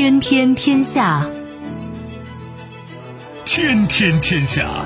天天天下， 天天天下。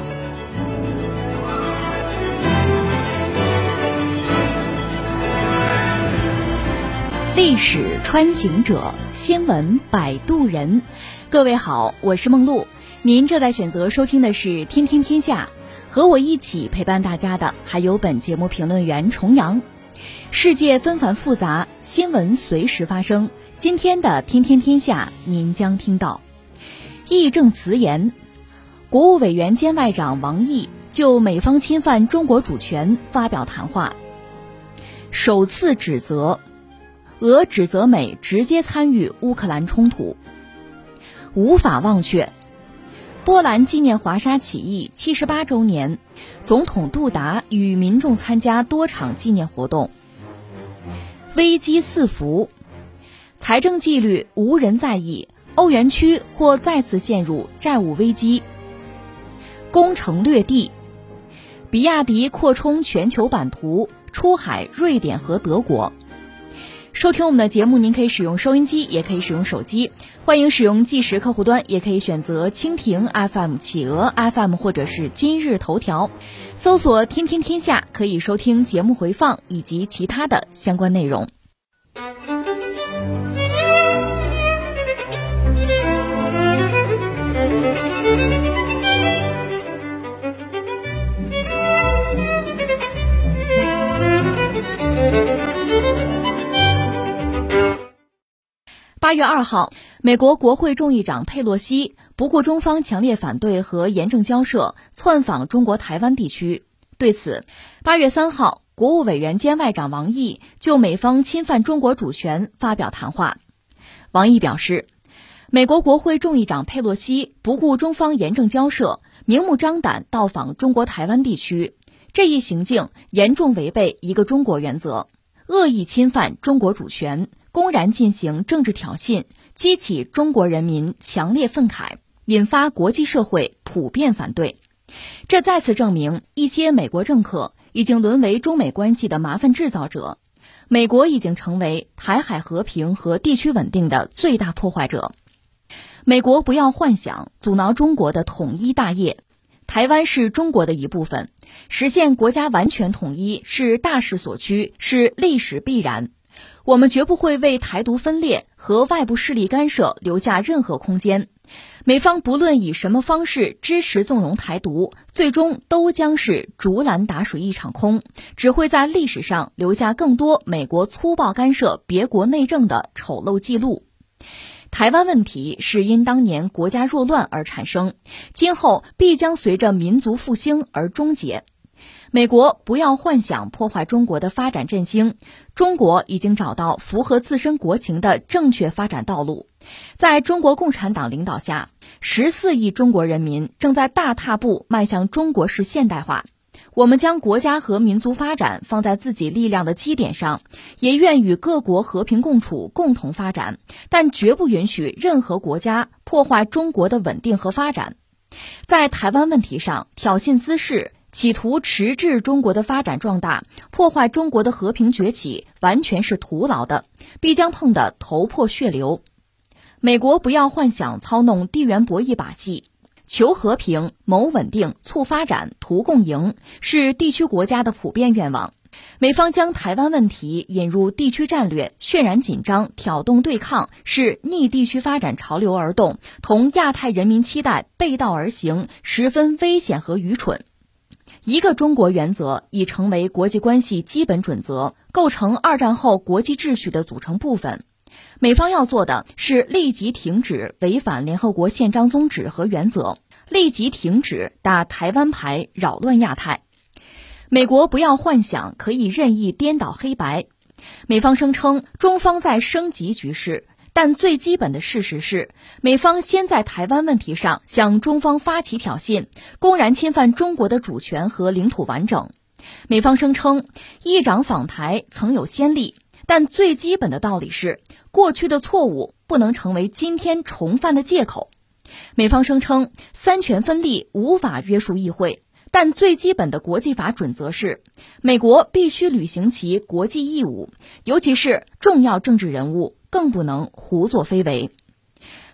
历史穿行者，新闻摆渡人。各位好，我是梦露，您正在选择收听的是天天天下，和我一起陪伴大家的还有本节目评论员重阳。世界纷繁复杂，新闻随时发生。今天的天天天下，您将听到义正辞严，国务委员兼外长王毅就美方侵犯中国主权发表谈话，首次指责俄指责美直接参与乌克兰冲突，无法忘却波兰纪念华沙起义78周年，总统杜达与民众参加多场纪念活动。危机四伏，财政纪律无人在意，欧元区或再次陷入债务危机。攻城略地，比亚迪扩充全球版图，出海瑞典和德国。收听我们的节目，您可以使用收音机，也可以使用手机，欢迎使用即时客户端，也可以选择蜻蜓 FM、企鹅 FM 或者是今日头条，搜索天天天下，可以收听节目回放以及其他的相关内容。8月2号，美国国会众议长佩洛西不顾中方强烈反对和严正交涉，窜访中国台湾地区。对此，8月3号，国务委员兼外长王毅就美方侵犯中国主权发表谈话。王毅表示，美国国会众议长佩洛西不顾中方严正交涉，明目张胆到访中国台湾地区，这一行径严重违背一个中国原则，恶意侵犯中国主权，公然进行政治挑衅，激起中国人民强烈愤慨，引发国际社会普遍反对。这再次证明，一些美国政客已经沦为中美关系的麻烦制造者，美国已经成为台海和平和地区稳定的最大破坏者。美国不要幻想阻挠中国的统一大业，台湾是中国的一部分，实现国家完全统一是大势所趋，是历史必然。我们绝不会为台独分裂和外部势力干涉留下任何空间。美方不论以什么方式支持纵容台独，最终都将是竹篮打水一场空，只会在历史上留下更多美国粗暴干涉别国内政的丑陋记录。台湾问题是因当年国家弱乱而产生，今后必将随着民族复兴而终结。美国不要幻想破坏中国的发展振兴，中国已经找到符合自身国情的正确发展道路。在中国共产党领导下，14亿中国人民正在大踏步迈向中国式现代化。我们将国家和民族发展放在自己力量的基点上，也愿与各国和平共处，共同发展，但绝不允许任何国家破坏中国的稳定和发展。在台湾问题上挑衅滋事，企图迟滞中国的发展壮大，破坏中国的和平崛起，完全是徒劳的，必将碰得头破血流。美国不要幻想操弄地缘博弈把戏，求和平、谋稳定、促发展、图共赢，是地区国家的普遍愿望。美方将台湾问题引入地区战略，渲染紧张，挑动对抗，是逆地区发展潮流而动，同亚太人民期待背道而行，十分危险和愚蠢。一个中国原则已成为国际关系基本准则，构成二战后国际秩序的组成部分。美方要做的是立即停止违反联合国宪章宗旨和原则，立即停止打台湾牌，扰乱亚太。美国不要幻想可以任意颠倒黑白。美方声称中方在升级局势，但最基本的事实是，美方先在台湾问题上向中方发起挑衅，公然侵犯中国的主权和领土完整。美方声称议长访台曾有先例，但最基本的道理是，过去的错误不能成为今天重犯的借口。美方声称三权分立无法约束议会，但最基本的国际法准则是，美国必须履行其国际义务，尤其是重要政治人物更不能胡作非为。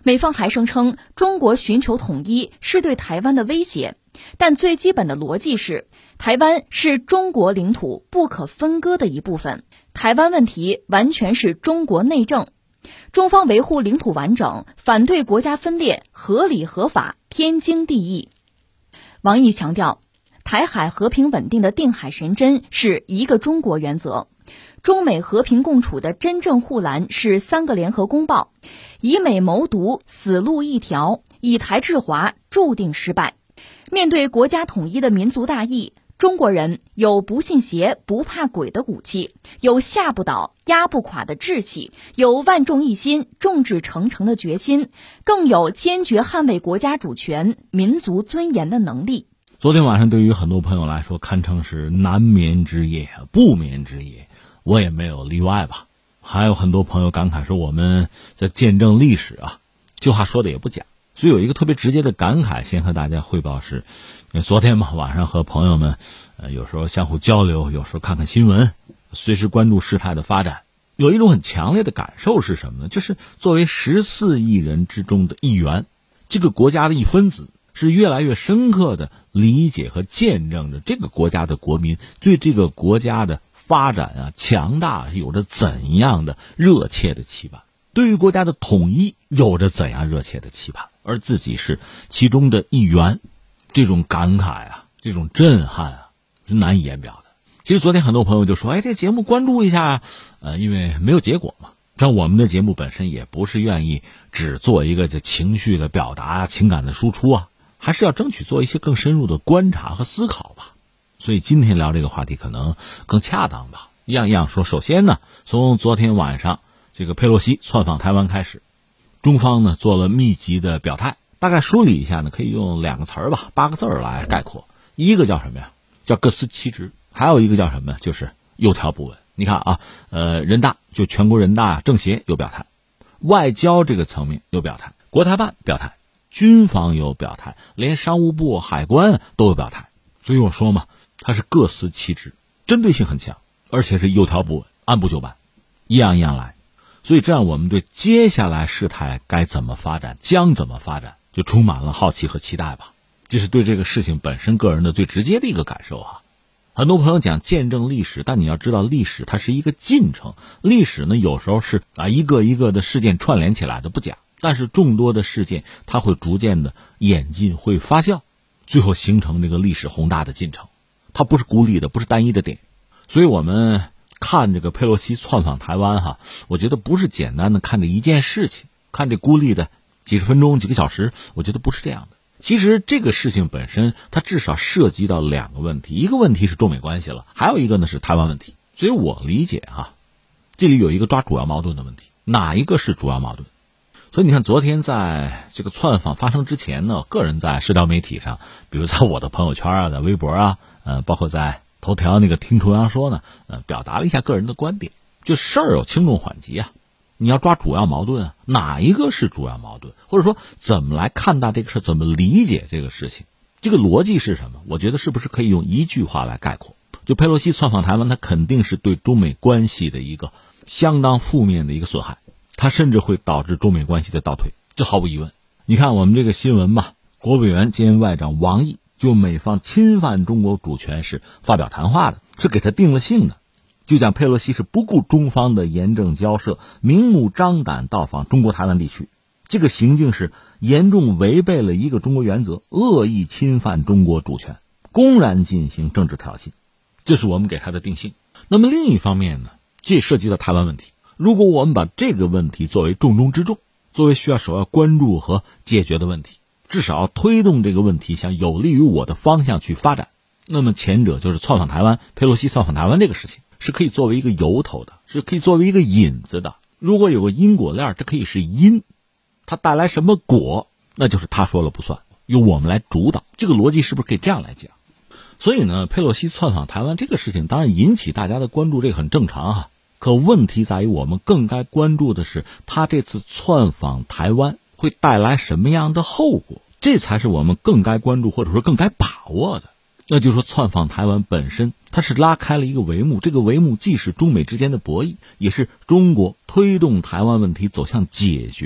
美方还声称中国寻求统一是对台湾的威胁，但最基本的逻辑是，台湾是中国领土不可分割的一部分，台湾问题完全是中国内政。中方维护领土完整，反对国家分裂，合理合法，天经地义。王毅强调，台海和平稳定的定海神针是一个中国原则，中美和平共处的真正护栏是3个联合公报，以美谋独，死路一条，以台制华，注定失败。面对国家统一的民族大义，中国人有不信邪不怕鬼的骨气，有下不倒压不垮的志气，有万众一心众志成城的决心，更有坚决捍卫国家主权民族尊严的能力。 昨天晚上对于很多朋友来说堪称是难眠之夜，不眠之夜，我也没有例外吧。还有很多朋友感慨说我们在见证历史啊，这话说的也不假。所以有一个特别直接的感慨先和大家汇报是，昨天嘛晚上和朋友们有时候相互交流，有时候看看新闻，随时关注事态的发展，有一种很强烈的感受是什么呢？就是作为14亿人之中的一员，这个国家的一分子，是越来越深刻的理解和见证着这个国家的国民对这个国家的发展啊强大有着怎样的热切的期盼，对于国家的统一有着怎样热切的期盼，而自己是其中的一员，这种感慨啊，这种震撼啊，是难以言表的。其实昨天很多朋友就说，这节目关注一下因为没有结果嘛。像我们的节目本身也不是愿意只做一个这情绪的表达、情感的输出啊，还是要争取做一些更深入的观察和思考吧。所以今天聊这个话题可能更恰当吧。一样一样说，首先呢，从昨天晚上这个佩洛西窜访台湾开始，中方呢做了密集的表态，大概梳理一下呢，可以用2个词儿吧，8个字来概括。一个叫什么呀？叫各司其职。还有一个叫什么？就是有条不紊。你看啊，人大就全国人大政协有表态，外交这个层面有表态，国台办表态，军方有表态，连商务部、海关都有表态。所以我说嘛，它是各司其职，针对性很强，而且是有条不紊，按部就班，一样一样来。所以这样我们对接下来事态该怎么发展，将怎么发展，就充满了好奇和期待吧。这是对这个事情本身个人的最直接的一个感受啊。很多朋友讲见证历史，但你要知道历史它是一个进程，历史呢有时候是一个一个的事件串联起来的不假，但是众多的事件它会逐渐的演进，会发酵，最后形成这个历史宏大的进程，它不是孤立的，不是单一的点。所以我们看这个佩洛西窜访台湾我觉得不是简单的看这一件事情，看这孤立的几十分钟几个小时，我觉得不是这样的。其实这个事情本身它至少涉及到2个问题，一个问题是中美关系了，还有一个呢是台湾问题。所以我理解这里有一个抓主要矛盾的问题，哪一个是主要矛盾？所以你看昨天在这个窜访发生之前呢，个人在社交媒体上，比如在我的朋友圈在微博包括在头条那个听重阳说呢表达了一下个人的观点，就事儿有轻重缓急你要抓主要矛盾哪一个是主要矛盾，或者说怎么来看待这个事，怎么理解这个事情，这个逻辑是什么？我觉得是不是可以用一句话来概括，就佩洛西窜访台湾，它肯定是对中美关系的一个相当负面的一个损害，它甚至会导致中美关系的倒退，这毫无疑问。你看我们这个新闻吧，国务委员兼外长王毅就美方侵犯中国主权是发表谈话的，是给他定了性的，就讲佩洛西是不顾中方的严正交涉，明目张胆到访中国台湾地区，这个行径是严重违背了一个中国原则，恶意侵犯中国主权，公然进行政治挑衅，这是我们给他的定性。那么另一方面呢，这涉及到台湾问题，如果我们把这个问题作为重中之重，作为需要首要关注和解决的问题，至少推动这个问题向有利于我的方向去发展，那么前者就是窜访台湾，佩洛西窜访台湾这个事情是可以作为一个由头的，是可以作为一个引子的。如果有个因果链，这可以是因，它带来什么果，那就是他说了不算，由我们来主导。这个逻辑是不是可以这样来讲？所以呢，佩洛西窜访台湾这个事情当然引起大家的关注，这个很正常可问题在于我们更该关注的是他这次窜访台湾会带来什么样的后果，这才是我们更该关注或者说更该把握的。那就是说窜访台湾本身它是拉开了一个帷幕，这个帷幕既是中美之间的博弈，也是中国推动台湾问题走向解决的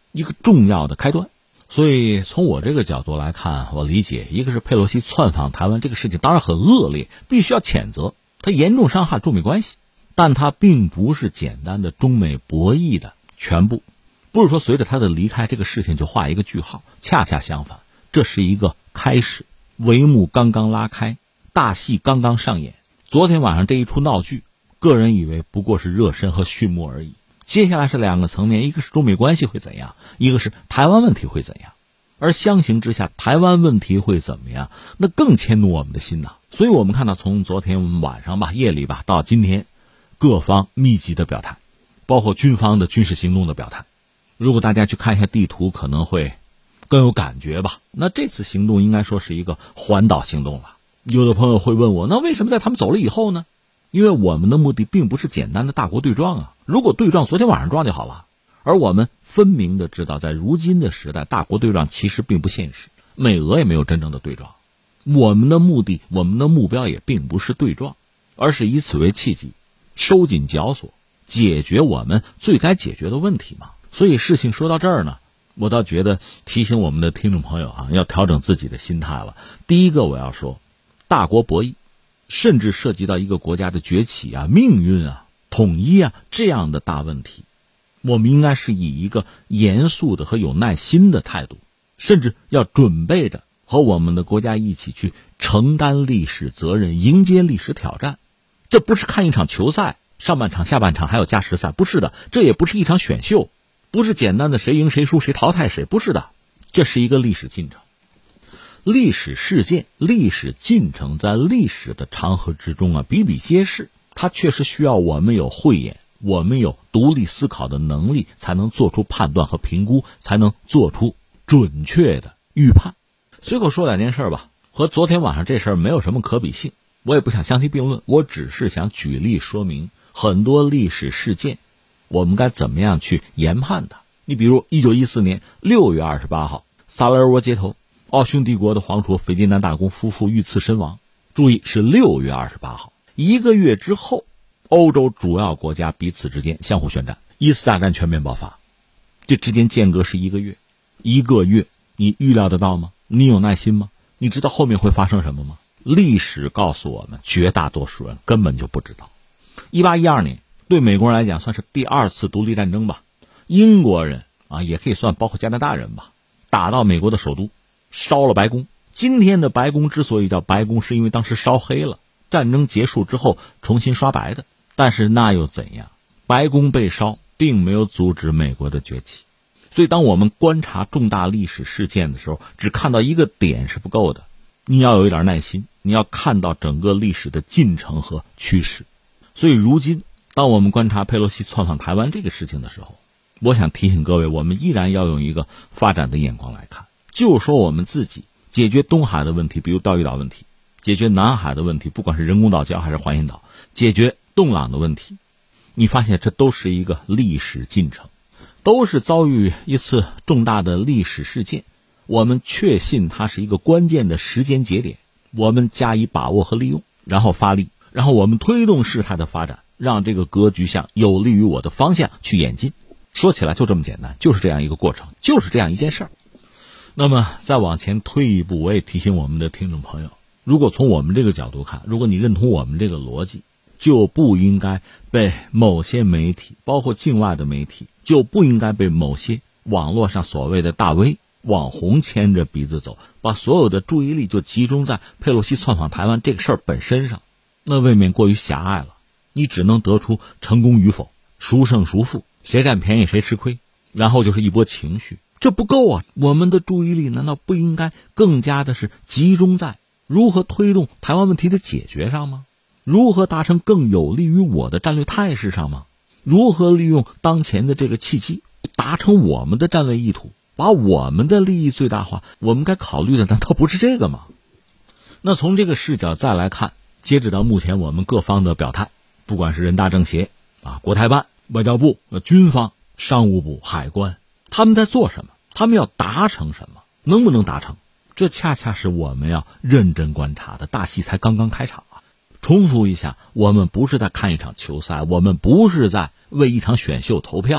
一个重要的开端。所以从我这个角度来看，我理解，一个是佩洛西窜访台湾这个事情当然很恶劣，必须要谴责，它严重伤害中美关系，但它并不是简单的中美博弈的全部，不是说随着他的离开这个事情就画一个句号，恰恰相反，这是一个开始，帷幕刚刚拉开，大戏刚刚上演。昨天晚上这一出闹剧，个人以为不过是热身和序幕而已。接下来是两个层面，一个是中美关系会怎样，一个是台湾问题会怎样。而相形之下，台湾问题会怎么样，那更牵动我们的心呐。所以我们看到从昨天晚上吧，夜里吧，到今天，各方密集的表态，包括军方的军事行动的表态。如果大家去看一下地图，可能会更有感觉吧。那这次行动应该说是一个环岛行动了。有的朋友会问我，那为什么在他们走了以后呢？因为我们的目的并不是简单的大国对撞啊，如果对撞，昨天晚上撞就好了。而我们分明的知道，在如今的时代，大国对撞其实并不现实，美俄也没有真正的对撞。我们的目的，我们的目标也并不是对撞，而是以此为契机，收紧绞索，解决我们最该解决的问题嘛。所以事情说到这儿呢，我倒觉得提醒我们的听众朋友啊，要调整自己的心态了。第一个我要说，大国博弈甚至涉及到一个国家的崛起啊、命运啊、统一啊这样的大问题，我们应该是以一个严肃的和有耐心的态度，甚至要准备着和我们的国家一起去承担历史责任，迎接历史挑战。这不是看一场球赛，上半场、下半场还有加时赛，不是的。这也不是一场选秀，不是简单的谁赢谁输谁淘汰谁，不是的。这是一个历史进程。历史事件、历史进程在历史的长河之中啊，比比皆是。它确实需要我们有慧眼，我们有独立思考的能力，才能做出判断和评估，才能做出准确的预判。随口说两件事吧，和昨天晚上这事儿没有什么可比性，我也不想相提并论，我只是想举例说明很多历史事件我们该怎么样去研判它。你比如1914年6月28号，萨拉热窝街头，奥匈帝国的皇储斐迪南大公夫妇遇刺身亡。注意是6月28号，一个月之后，欧洲主要国家彼此之间相互宣战，1次大战全面爆发。这之间间隔是一个月，你预料得到吗？你有耐心吗？你知道后面会发生什么吗？历史告诉我们，绝大多数人根本就不知道。1812年对美国人来讲算是第二次独立战争吧，英国人啊，也可以算包括加拿大人吧，打到美国的首都，烧了白宫。今天的白宫之所以叫白宫，是因为当时烧黑了，战争结束之后重新刷白的。但是那又怎样？白宫被烧并没有阻止美国的崛起。所以当我们观察重大历史事件的时候，只看到一个点是不够的，你要有一点耐心，你要看到整个历史的进程和趋势。所以如今当我们观察佩洛西窜访台湾这个事情的时候，我想提醒各位，我们依然要用一个发展的眼光来看。就说我们自己解决东海的问题，比如钓鱼岛问题，解决南海的问题，不管是人工岛礁还是环形岛，解决洞朗的问题，你发现这都是一个历史进程，都是遭遇一次重大的历史事件。我们确信它是一个关键的时间节点，我们加以把握和利用，然后发力，然后我们推动事态的发展，让这个格局向有利于我的方向去演进。说起来就这么简单，就是这样一个过程，就是这样一件事儿。那么再往前推一步，我也提醒我们的听众朋友，如果从我们这个角度看，如果你认同我们这个逻辑，就不应该被某些媒体，包括境外的媒体，就不应该被某些网络上所谓的大 V 网红牵着鼻子走，把所有的注意力就集中在佩洛西窜访台湾这个事儿本身上，那未免过于狭隘了。你只能得出成功与否，孰胜孰负，谁占便宜谁吃亏，然后就是一波情绪，这不够啊！我们的注意力难道不应该更加的是集中在如何推动台湾问题的解决上吗？如何达成更有利于我的战略态势上吗？如何利用当前的这个契机达成我们的战略意图，把我们的利益最大化？我们该考虑的难道不是这个吗？那从这个视角再来看，截止到目前我们各方的表态，不管是人大政协啊、国台办、外交部、军方、商务部、海关，他们在做什么？他们要达成什么？能不能达成？这恰恰是我们要认真观察的，大戏才刚刚开场啊！重复一下，我们不是在看一场球赛，我们不是在为一场选秀投票，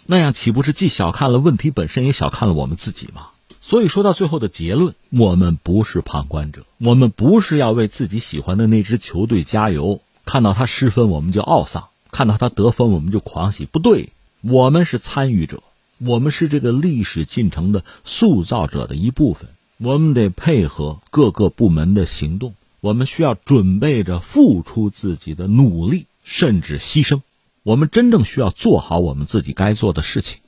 那样岂不是既小看了问题本身，也小看了我们自己吗？所以说到最后的结论，我们不是旁观者，我们不是要为自己喜欢的那支球队加油，看到他失分我们就懊丧，看到他得分我们就狂喜，不对，我们是参与者，我们是这个历史进程的塑造者的一部分，我们得配合各个部门的行动，我们需要准备着付出自己的努力，甚至牺牲，我们真正需要做好我们自己该做的事情。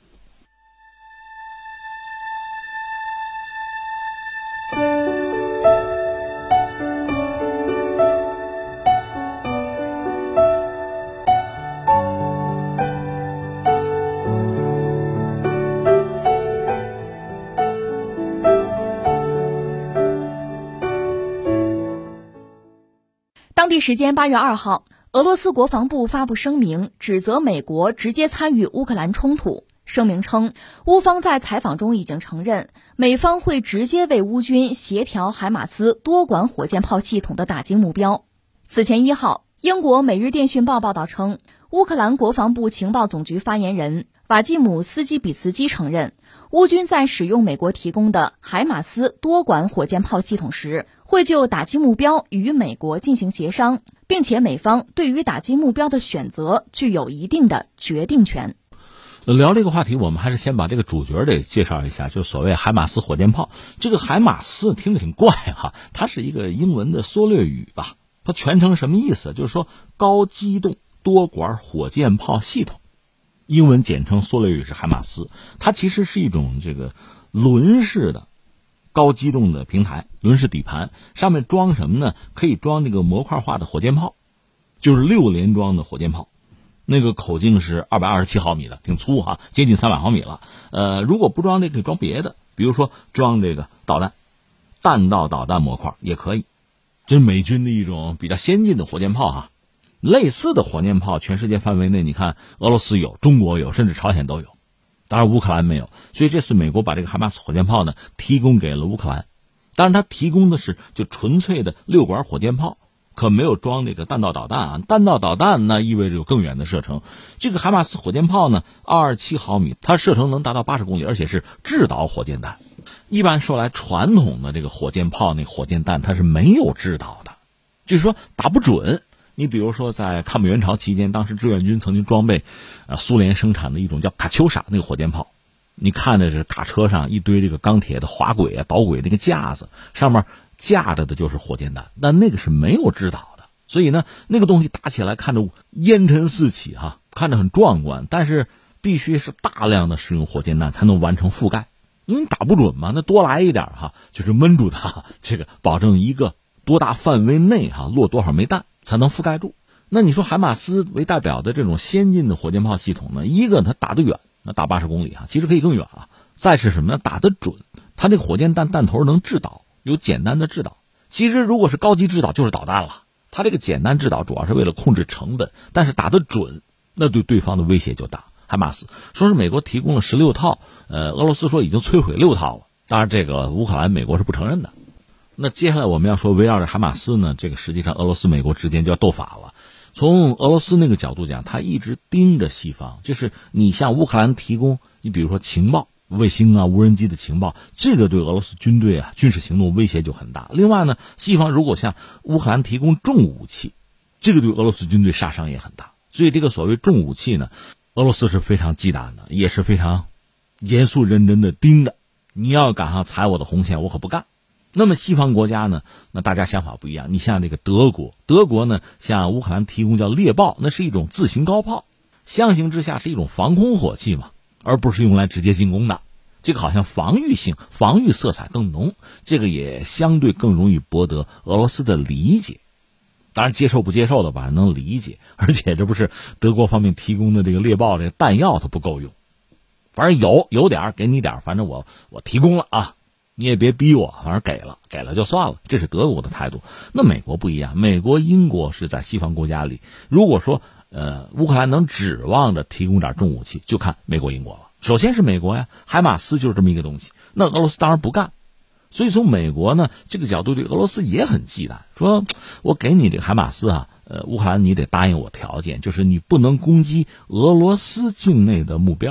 当地时间8月2号，俄罗斯国防部发布声明，指责美国直接参与乌克兰冲突。声明称，乌方在采访中已经承认，美方会直接为乌军协调海马斯多管火箭炮系统的打击目标。此前1号，英国《每日电讯报》报道称，乌克兰国防部情报总局发言人瓦季姆斯基比茨基承认，乌军在使用美国提供的海马斯多管火箭炮系统时，会就打击目标与美国进行协商，并且美方对于打击目标的选择具有一定的决定权。 聊这个话题，我们还是先把这个主角得介绍一下，就是所谓海马斯火箭炮。这个海马斯听着挺怪哈，它是一个英文的缩略语吧，它全称什么意思？就是说高机动多管火箭炮系统，英文简称缩略语是海马斯。它其实是一种这个轮式的高机动的平台，轮式底盘，上面装什么呢？可以装那个模块化的火箭炮，就是6连装的火箭炮，那个口径是227毫米的，挺粗哈，接近300毫米了。如果不装这个，可以装别的，比如说装这个导弹，弹道导弹模块也可以。这是美军的一种比较先进的火箭炮哈。类似的火箭炮，全世界范围内，你看俄罗斯有，中国有，甚至朝鲜都有。当然乌克兰没有，所以这次美国把这个海马斯火箭炮呢提供给了乌克兰。当然它提供的是就纯粹的6管火箭炮，可没有装这个弹道导弹啊。弹道导弹那意味着有更远的射程。这个海马斯火箭炮呢227毫米，它射程能达到80公里，而且是制导火箭弹。一般说来，传统的这个火箭炮那火箭弹它是没有制导的，就是说打不准。你比如说在抗美援朝期间，当时志愿军曾经装备苏联生产的一种叫卡秋莎那个火箭炮，你看的是卡车上一堆这个钢铁的滑轨啊导轨那个架子，上面架着的就是火箭弹，但那个是没有制导的，所以呢那个东西打起来看着烟尘四起哈，看着很壮观，但是必须是大量的使用火箭弹才能完成覆盖，因为你打不准嘛，那多来一点哈，就是闷住它，这个保证一个多大范围内哈落多少枚弹才能覆盖住。那你说海马斯为代表的这种先进的火箭炮系统呢，一个它打得远，那打80公里啊，其实可以更远啊。再是什么呢？打得准，它这个火箭弹弹头能制导，有简单的制导。其实如果是高级制导就是导弹了，它这个简单制导主要是为了控制成本，但是打得准，那对对方的威胁就大。海马斯说是美国提供了16套，俄罗斯说已经摧毁6套了，当然这个乌克兰美国是不承认的。那接下来我们要说围绕着海马斯呢，这个实际上俄罗斯美国之间就要斗法了。从俄罗斯那个角度讲，他一直盯着西方，就是你向乌克兰提供，你比如说情报、卫星啊、无人机的情报，这个对俄罗斯军队啊军事行动威胁就很大。另外呢，西方如果向乌克兰提供重武器，这个对俄罗斯军队杀伤也很大。所以这个所谓重武器呢，俄罗斯是非常忌惮的，也是非常严肃认真的盯着。你要敢上踩我的红线，我可不干。那么西方国家呢，那大家想法不一样。你像这个德国呢向乌克兰提供叫猎豹，那是一种自行高炮，相形之下是一种防空火器嘛，而不是用来直接进攻的。这个好像防御色彩更浓，这个也相对更容易博得俄罗斯的理解。当然接受不接受的吧，能理解。而且这不是德国方面提供的这个猎豹这个弹药它不够用，反正有点给你点，反正我提供了啊。你也别逼我，反正给了就算了，这是德国的态度。那美国不一样，美国、英国是在西方国家里，如果说乌克兰能指望着提供点重武器，就看美国、英国了。首先是美国呀，海马斯就是这么一个东西，那俄罗斯当然不干。所以从美国呢这个角度对俄罗斯也很忌惮，说我给你这个海马斯啊，乌克兰你得答应我条件，就是你不能攻击俄罗斯境内的目标。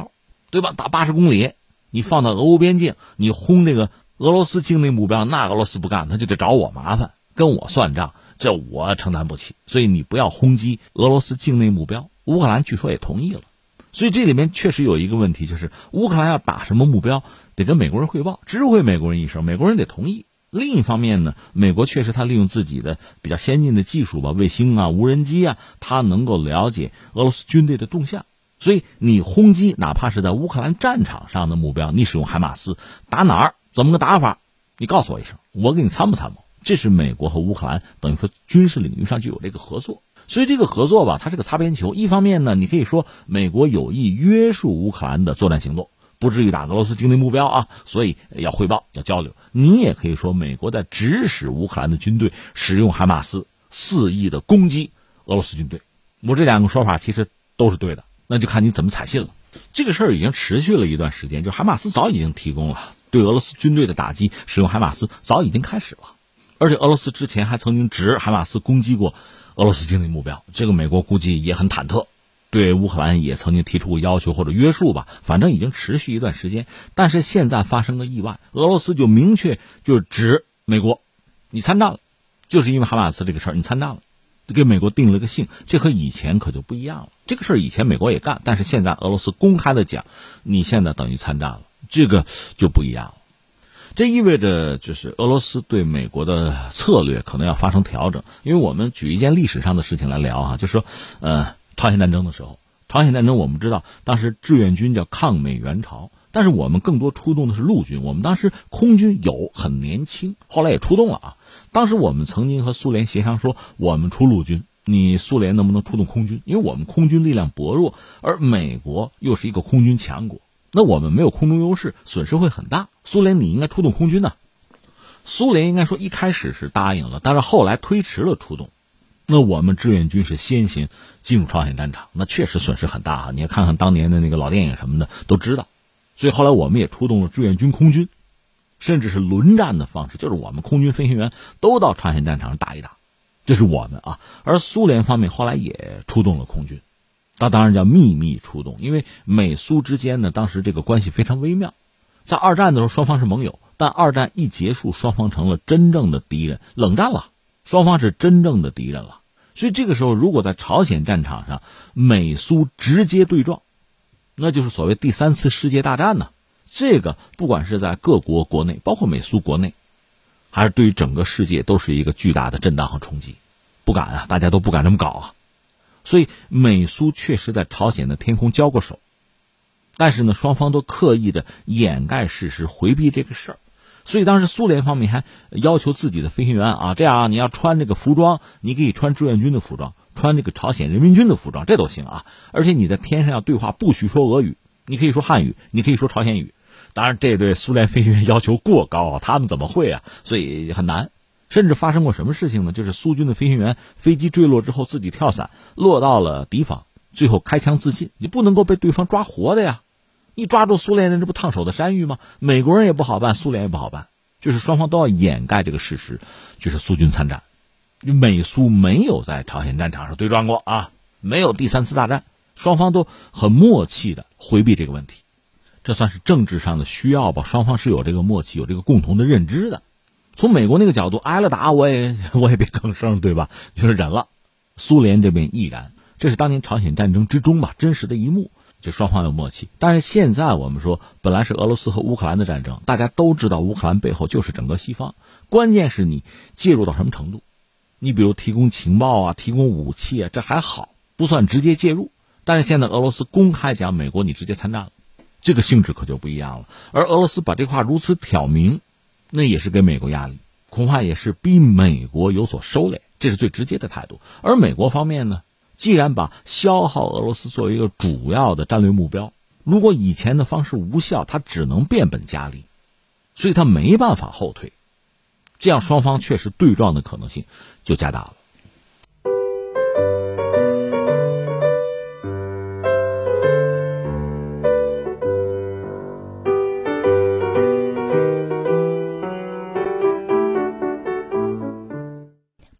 对吧？打80公里，你放到俄乌边境，你轰这个俄罗斯境内目标，那俄罗斯不干，他就得找我麻烦，跟我算账，这我承担不起。所以你不要轰击俄罗斯境内目标。乌克兰据说也同意了。所以这里面确实有一个问题，就是乌克兰要打什么目标，得跟美国人汇报，知会美国人一声，美国人得同意。另一方面呢，美国确实他利用自己的比较先进的技术吧，卫星啊、无人机啊，他能够了解俄罗斯军队的动向。所以你轰击哪怕是在乌克兰战场上的目标，你使用海马斯打哪儿，怎么个打法，你告诉我一声，我给你参谋参谋。这是美国和乌克兰等于说军事领域上就有这个合作。所以这个合作吧，它是个擦边球。一方面呢，你可以说美国有意约束乌克兰的作战行动，不至于打俄罗斯境内目标啊，所以要汇报要交流。你也可以说美国在指使乌克兰的军队使用海马斯肆意的攻击俄罗斯军队。我这两个说法其实都是对的，那就看你怎么采信了。这个事儿已经持续了一段时间，就海马斯早已经提供了对俄罗斯军队的打击，使用海马斯早已经开始了。而且俄罗斯之前还曾经指海马斯攻击过俄罗斯境内目标，这个美国估计也很忐忑，对乌克兰也曾经提出过要求或者约束吧，反正已经持续一段时间。但是现在发生个意外，俄罗斯就明确就指美国，你参战了，就是因为海马斯这个事儿你参战了，给美国定了个性，这和以前可就不一样了。这个事儿以前美国也干，但是现在俄罗斯公开的讲，你现在等于参战了，这个就不一样了。这意味着就是俄罗斯对美国的策略可能要发生调整。因为我们举一件历史上的事情来聊啊，就是说朝鲜战争的时候，朝鲜战争我们知道当时志愿军叫抗美援朝，但是我们更多出动的是陆军，我们当时空军有很年轻，后来也出动了啊。当时我们曾经和苏联协商说，我们出陆军，你苏联能不能出动空军，因为我们空军力量薄弱，而美国又是一个空军强国，那我们没有空中优势，损失会很大。苏联你应该出动空军呢，苏联应该说一开始是答应了，但是后来推迟了出动。那我们志愿军是先行进入朝鲜战场，那确实损失很大啊！你看看当年的那个老电影什么的都知道。所以后来我们也出动了志愿军空军，甚至是轮战的方式，就是我们空军飞行员都到朝鲜战场上打一打，这是我们啊。而苏联方面后来也出动了空军，那当然叫秘密出动，因为美苏之间呢，当时这个关系非常微妙。在二战的时候双方是盟友，但二战一结束，双方成了真正的敌人，冷战了，双方是真正的敌人了。所以这个时候如果在朝鲜战场上美苏直接对撞，那就是所谓第3次世界大战呢。这个不管是在各国国内，包括美苏国内，还是对于整个世界都是一个巨大的震荡和冲击。不敢啊，大家都不敢这么搞啊。所以美苏确实在朝鲜的天空交过手，但是呢，双方都刻意的掩盖事实，回避这个事儿。所以当时苏联方面还要求自己的飞行员啊，这样啊，你要穿这个服装，你可以穿志愿军的服装，穿这个朝鲜人民军的服装，这都行啊。而且你在天上要对话，不许说俄语，你可以说汉语，你可以说朝鲜语。当然，这对苏联飞行员要求过高啊，他们怎么会啊？所以很难。甚至发生过什么事情呢？就是苏军的飞行员飞机坠落之后自己跳伞，落到了敌方，最后开枪自尽。你不能够被对方抓活的呀！你抓住苏联人，这不烫手的山芋吗？美国人也不好办，苏联也不好办，就是双方都要掩盖这个事实，就是苏军参战。美苏没有在朝鲜战场上对撞过啊，没有第3次大战，双方都很默契的回避这个问题。这算是政治上的需要吧，双方是有这个默契，有这个共同的认知的。从美国那个角度，挨了打我也别吭声，对吧？就是忍了。苏联这边亦然，这是当年朝鲜战争之中吧，真实的一幕，就双方有默契。但是现在我们说，本来是俄罗斯和乌克兰的战争，大家都知道乌克兰背后就是整个西方，关键是你介入到什么程度。你比如提供情报啊，提供武器啊，这还好，不算直接介入。但是现在俄罗斯公开讲美国你直接参战了，这个性质可就不一样了。而俄罗斯把这话如此挑明，那也是给美国压力，恐怕也是逼美国有所收敛，这是最直接的态度。而美国方面呢，既然把消耗俄罗斯作为一个主要的战略目标，如果以前的方式无效，它只能变本加厉，所以它没办法后退，这样双方确实对撞的可能性就加大了。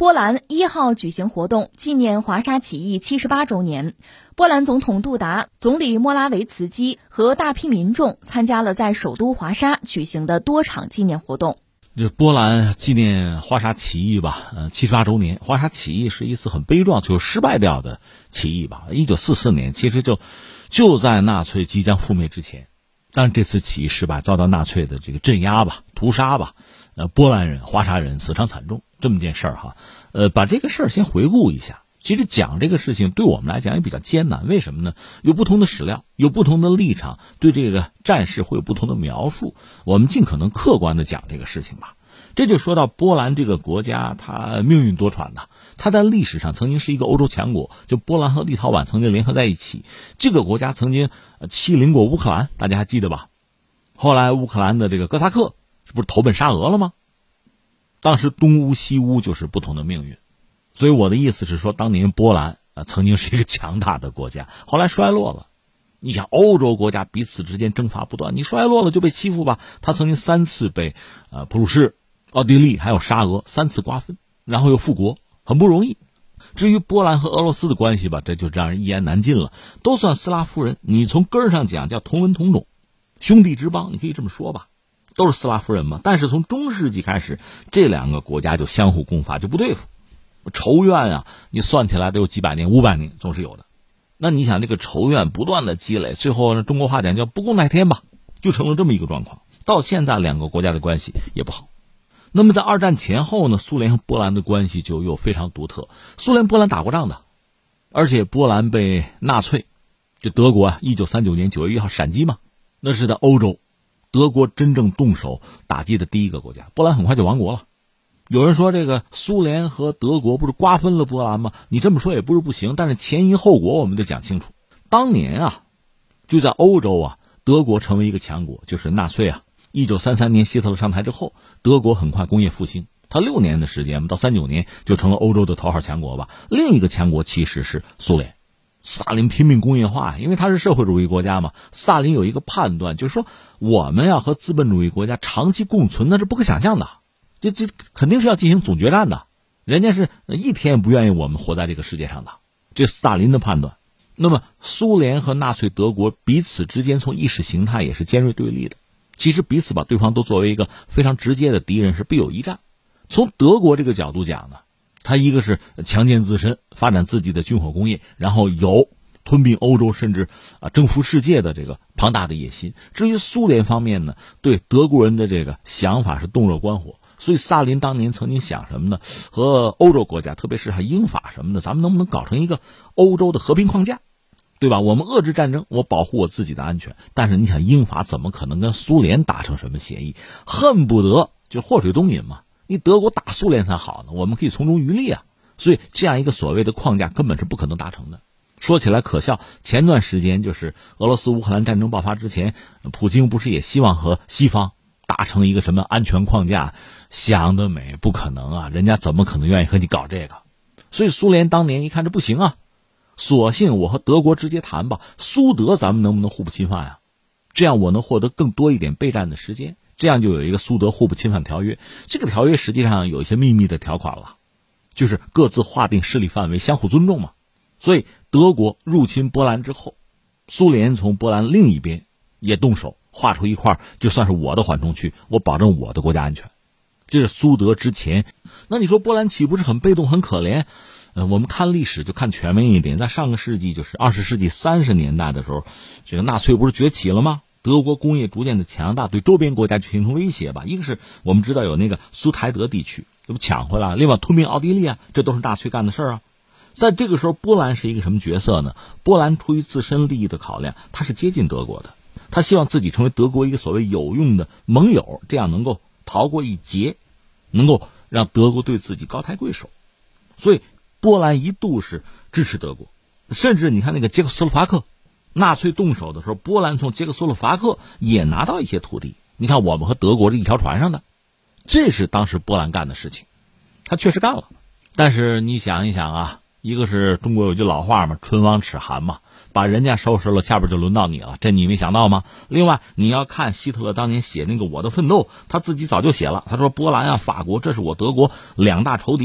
波兰1号举行活动，纪念华沙起义78周年。波兰总统杜达、总理莫拉维茨基和大批民众参加了在首都华沙举行的多场纪念活动。 这波兰纪念华沙起义吧，78周年。华沙起义是一次很悲壮，最后失败掉的起义吧。1944年，其实就在纳粹即将覆灭之前。但是这次起义失败，遭到纳粹的这个镇压吧、屠杀吧，波兰人、华沙人死伤惨重，这么件事儿哈。把这个事儿先回顾一下。其实讲这个事情对我们来讲也比较艰难，为什么呢？有不同的史料，有不同的立场，对这个战事会有不同的描述。我们尽可能客观的讲这个事情吧。这就说到波兰这个国家，它命运多舛的。它在历史上曾经是一个欧洲强国，就波兰和立陶宛曾经联合在一起。这个国家曾经欺凌过乌克兰，大家还记得吧？后来乌克兰的这个哥萨克是不是投奔沙俄了吗？当时东乌西乌就是不同的命运。所以我的意思是说，当年波兰曾经是一个强大的国家，后来衰落了。你想欧洲国家彼此之间征伐不断，你衰落了就被欺负吧。他曾经3次被普鲁士、奥地利还有沙俄3次瓜分，然后又复国，很不容易。至于波兰和俄罗斯的关系吧，这就让人一言难尽了。都算斯拉夫人，你从根儿上讲叫同文同种，兄弟之邦，你可以这么说吧，都是斯拉夫人嘛。但是从中世纪开始，这两个国家就相互攻伐，就不对付。仇怨啊，你算起来都有几百年、500年，总是有的。那你想，这个仇怨不断的积累，最后呢，中国话讲叫不共戴天吧，就成了这么一个状况。到现在，两个国家的关系也不好。那么在二战前后呢，苏联和波兰的关系就又非常独特。苏联、波兰打过仗的，而且波兰被纳粹，就德国1939年9月1号闪击嘛，那是在欧洲，德国真正动手打击的第一个国家。波兰很快就亡国了。有人说这个苏联和德国不是瓜分了波兰吗？你这么说也不是不行，但是前因后果我们得讲清楚。当年就在欧洲德国成为一个强国，就是纳粹1933年希特勒上台之后，德国很快工业复兴，他6年的时间到39年就成了欧洲的头号强国吧。另一个强国其实是苏联，斯大林拼命工业化，因为他是社会主义国家嘛。斯大林有一个判断，就是说我们要和资本主义国家长期共存，那是不可想象的。这肯定是要进行总决战的，人家是一天也不愿意我们活在这个世界上的，这斯大林的判断。那么苏联和纳粹德国彼此之间从意识形态也是尖锐对立的，其实彼此把对方都作为一个非常直接的敌人，是必有一战。从德国这个角度讲呢，他一个是强健自身，发展自己的军火工业，然后有吞并欧洲甚至征服世界的这个庞大的野心。至于苏联方面呢，对德国人的这个想法是洞若观火。所以斯大林当年曾经想什么呢？和欧洲国家，特别是英法什么的，咱们能不能搞成一个欧洲的和平框架，对吧？我们遏制战争，我保护我自己的安全。但是你想，英法怎么可能跟苏联达成什么协议？恨不得就祸水东引嘛。你德国打苏联才好呢，我们可以从中渔利啊。所以这样一个所谓的框架根本是不可能达成的。说起来可笑，前段时间就是俄罗斯乌克兰战争爆发之前，普京不是也希望和西方达成一个什么安全框架？想得美，不可能人家怎么可能愿意和你搞这个？所以苏联当年一看这不行索性我和德国直接谈吧，苏德咱们能不能互不侵犯这样我能获得更多一点备战的时间，这样就有一个苏德互不侵犯条约。这个条约实际上有一些秘密的条款了，就是各自划定势力范围，相互尊重嘛。所以德国入侵波兰之后，苏联从波兰另一边也动手，划出一块就算是我的缓冲区，我保证我的国家安全。这是苏德之前。那你说波兰岂不是很被动很可怜？我们看历史就看全面一点，在上个世纪就是20世纪30年代的时候，这个纳粹不是崛起了吗？德国工业逐渐的强大，对周边国家就形成威胁吧。一个是我们知道有那个苏台德地区这不抢回来了，另外吞并奥地利这都是纳粹干的事儿在这个时候，波兰是一个什么角色呢？波兰出于自身利益的考量，他是接近德国的，他希望自己成为德国一个所谓有用的盟友，这样能够逃过一劫，能够让德国对自己高抬贵手。所以波兰一度是支持德国，甚至你看那个捷克斯洛伐克，纳粹动手的时候，波兰从捷克斯洛伐克也拿到一些土地。你看我们和德国是一条船上的，这是当时波兰干的事情，他确实干了。但是你想一想一个是中国有句老话嘛，唇亡齿寒嘛，把人家收拾了，下边就轮到你了，这你没想到吗？另外你要看希特勒当年写那个《我的奋斗》，他自己早就写了，他说波兰法国这是我德国2大仇敌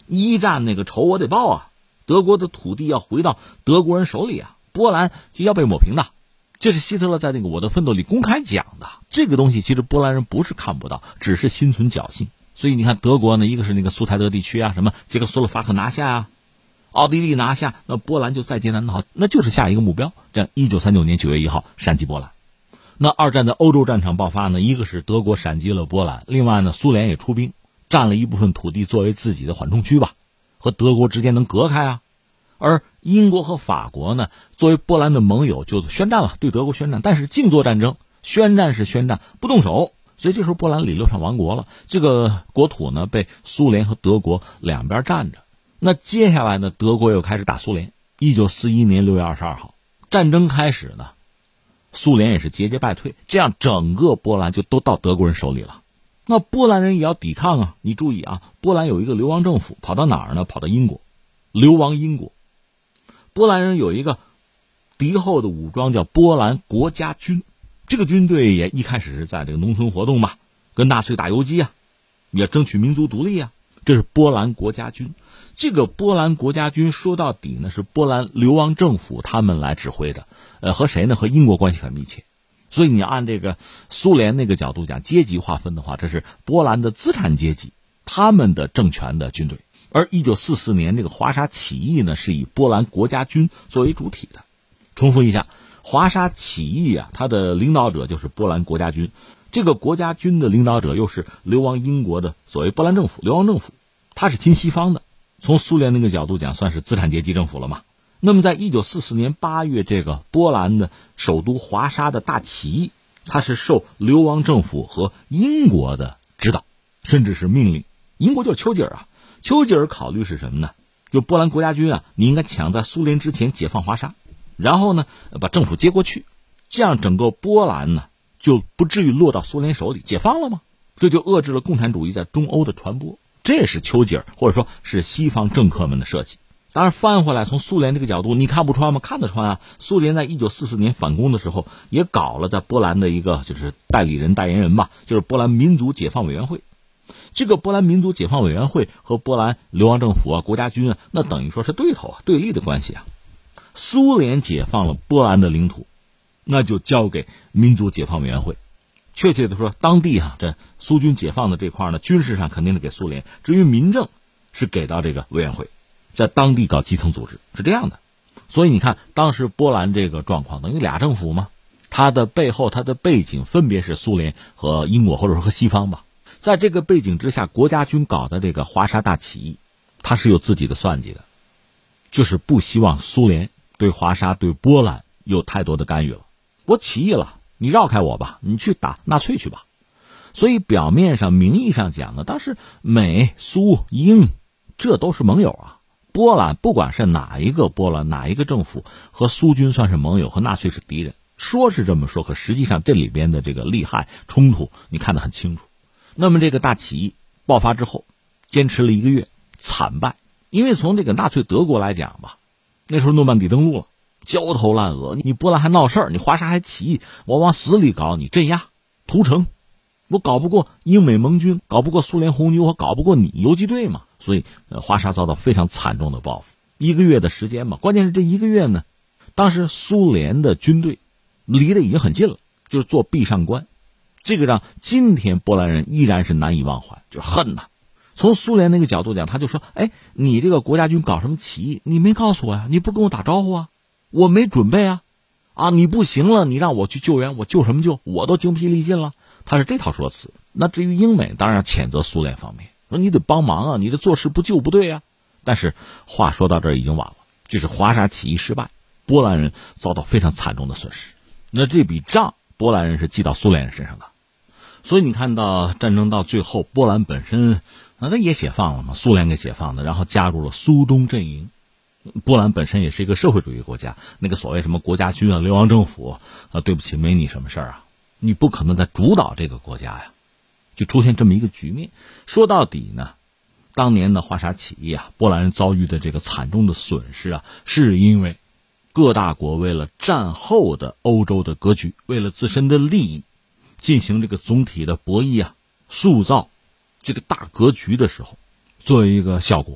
一战那个仇我得报啊，德国的土地要回到德国人手里啊，波兰就要被抹平的。这是希特勒在那个《我的奋斗》里公开讲的。这个东西其实波兰人不是看不到，只是心存侥幸。所以你看德国呢，一个是那个苏台德地区啊，什么捷克斯洛伐克拿下啊，奥地利拿下，那波兰就在劫难逃，那就是下一个目标。这样1939年9月1号闪击波兰。那二战的欧洲战场爆发呢，一个是德国闪击了波兰，另外呢苏联也出兵，占了一部分土地作为自己的缓冲区吧，和德国之间能隔开啊。而英国和法国呢，作为波兰的盟友就宣战了，对德国宣战，但是静坐战争，宣战是宣战，不动手。所以这时候波兰理论上亡国了，这个国土呢被苏联和德国两边占着。那接下来呢，德国又开始打苏联。1941年6月22号，战争开始呢，苏联也是节节败退，这样整个波兰就都到德国人手里了。那波兰人也要抵抗啊！你注意啊，波兰有一个流亡政府，跑到哪儿呢？跑到英国，流亡英国。波兰人有一个敌后的武装叫波兰国家军，这个军队也一开始是在这个农村活动嘛，跟纳粹打游击啊，也争取民族独立啊。这是波兰国家军。这个波兰国家军说到底呢，是波兰流亡政府他们来指挥的，和谁呢？和英国关系很密切。所以你按这个苏联那个角度讲，阶级划分的话，这是波兰的资产阶级他们的政权的军队。而1944年这个华沙起义呢，是以波兰国家军作为主体的。重复一下，华沙起义啊，它的领导者就是波兰国家军，这个国家军的领导者又是流亡英国的所谓波兰政府，流亡政府，他是亲西方的，从苏联那个角度讲，算是资产阶级政府了嘛。那么在1944年8月，这个波兰的首都华沙的大起义，它是受流亡政府和英国的指导，甚至是命令。英国就是丘吉尔啊，丘吉尔考虑是什么呢？就波兰国家军啊，你应该抢在苏联之前解放华沙，然后呢把政府接过去，这样整个波兰呢就不至于落到苏联手里，解放了吗？这就遏制了共产主义在中欧的传播。这也是丘吉尔或者说是西方政客们的设计。当然翻回来，从苏联这个角度，你看不穿吗？看得穿啊！苏联在1944年反攻的时候，也搞了在波兰的一个就是代言人吧，就是波兰民族解放委员会。这个波兰民族解放委员会和波兰流亡政府啊、国家军啊，那等于说是对头啊、对立的关系啊。苏联解放了波兰的领土，那就交给民族解放委员会。确切的说，当地啊，这苏军解放的这块呢，军事上肯定是给苏联，至于民政是给到这个委员会，在当地搞基层组织，是这样的。所以你看，当时波兰这个状况，等于俩政府嘛，它的背后、它的背景分别是苏联和英国，或者说和西方吧。在这个背景之下，国家军搞的这个华沙大起义，它是有自己的算计的，就是不希望苏联对华沙、对波兰有太多的干预了。我起义了，你绕开我吧，你去打纳粹去吧。所以表面上、名义上讲呢，当时美、苏、英这都是盟友啊。波兰不管是哪一个波兰哪一个政府和苏军算是盟友，和纳粹是敌人，说是这么说，可实际上这里边的这个利害冲突你看得很清楚。那么这个大起义爆发之后，坚持了1个月，惨败。因为从这个纳粹德国来讲吧，那时候诺曼底登陆了，焦头烂额，你波兰还闹事儿，你华沙还起义，我往死里搞，你镇压屠城，我搞不过英美盟军，搞不过苏联红军，我搞不过你游击队嘛。所以华沙遭到非常惨重的报复。1个月的时间嘛，关键是这1个月呢，当时苏联的军队离得已经很近了，就是做壁上观，这个让今天波兰人依然是难以忘怀，就是恨呐。从苏联那个角度讲，他就说，你这个国家军搞什么起义，你没告诉我呀，你不跟我打招呼啊，我没准备啊，你不行了，你让我去救援，我救什么救？我都精疲力尽了。他是这套说辞。那至于英美，当然谴责苏联方面，说你得帮忙啊，你这做事不救不对啊。但是话说到这儿已经晚了，这是华沙起义失败，波兰人遭到非常惨重的损失。那这笔账波兰人是记到苏联人身上的。所以你看到战争到最后，波兰本身那也解放了嘛，苏联给解放的，然后加入了苏东阵营。波兰本身也是一个社会主义国家，那个所谓什么国家军啊、流亡政府对不起，没你什么事儿啊，你不可能在主导这个国家呀，就出现这么一个局面。说到底呢，当年的华沙起义啊，波兰人遭遇的这个惨重的损失啊，是因为各大国为了战后的欧洲的格局，为了自身的利益进行这个总体的博弈啊，塑造这个大格局的时候，作为一个效果，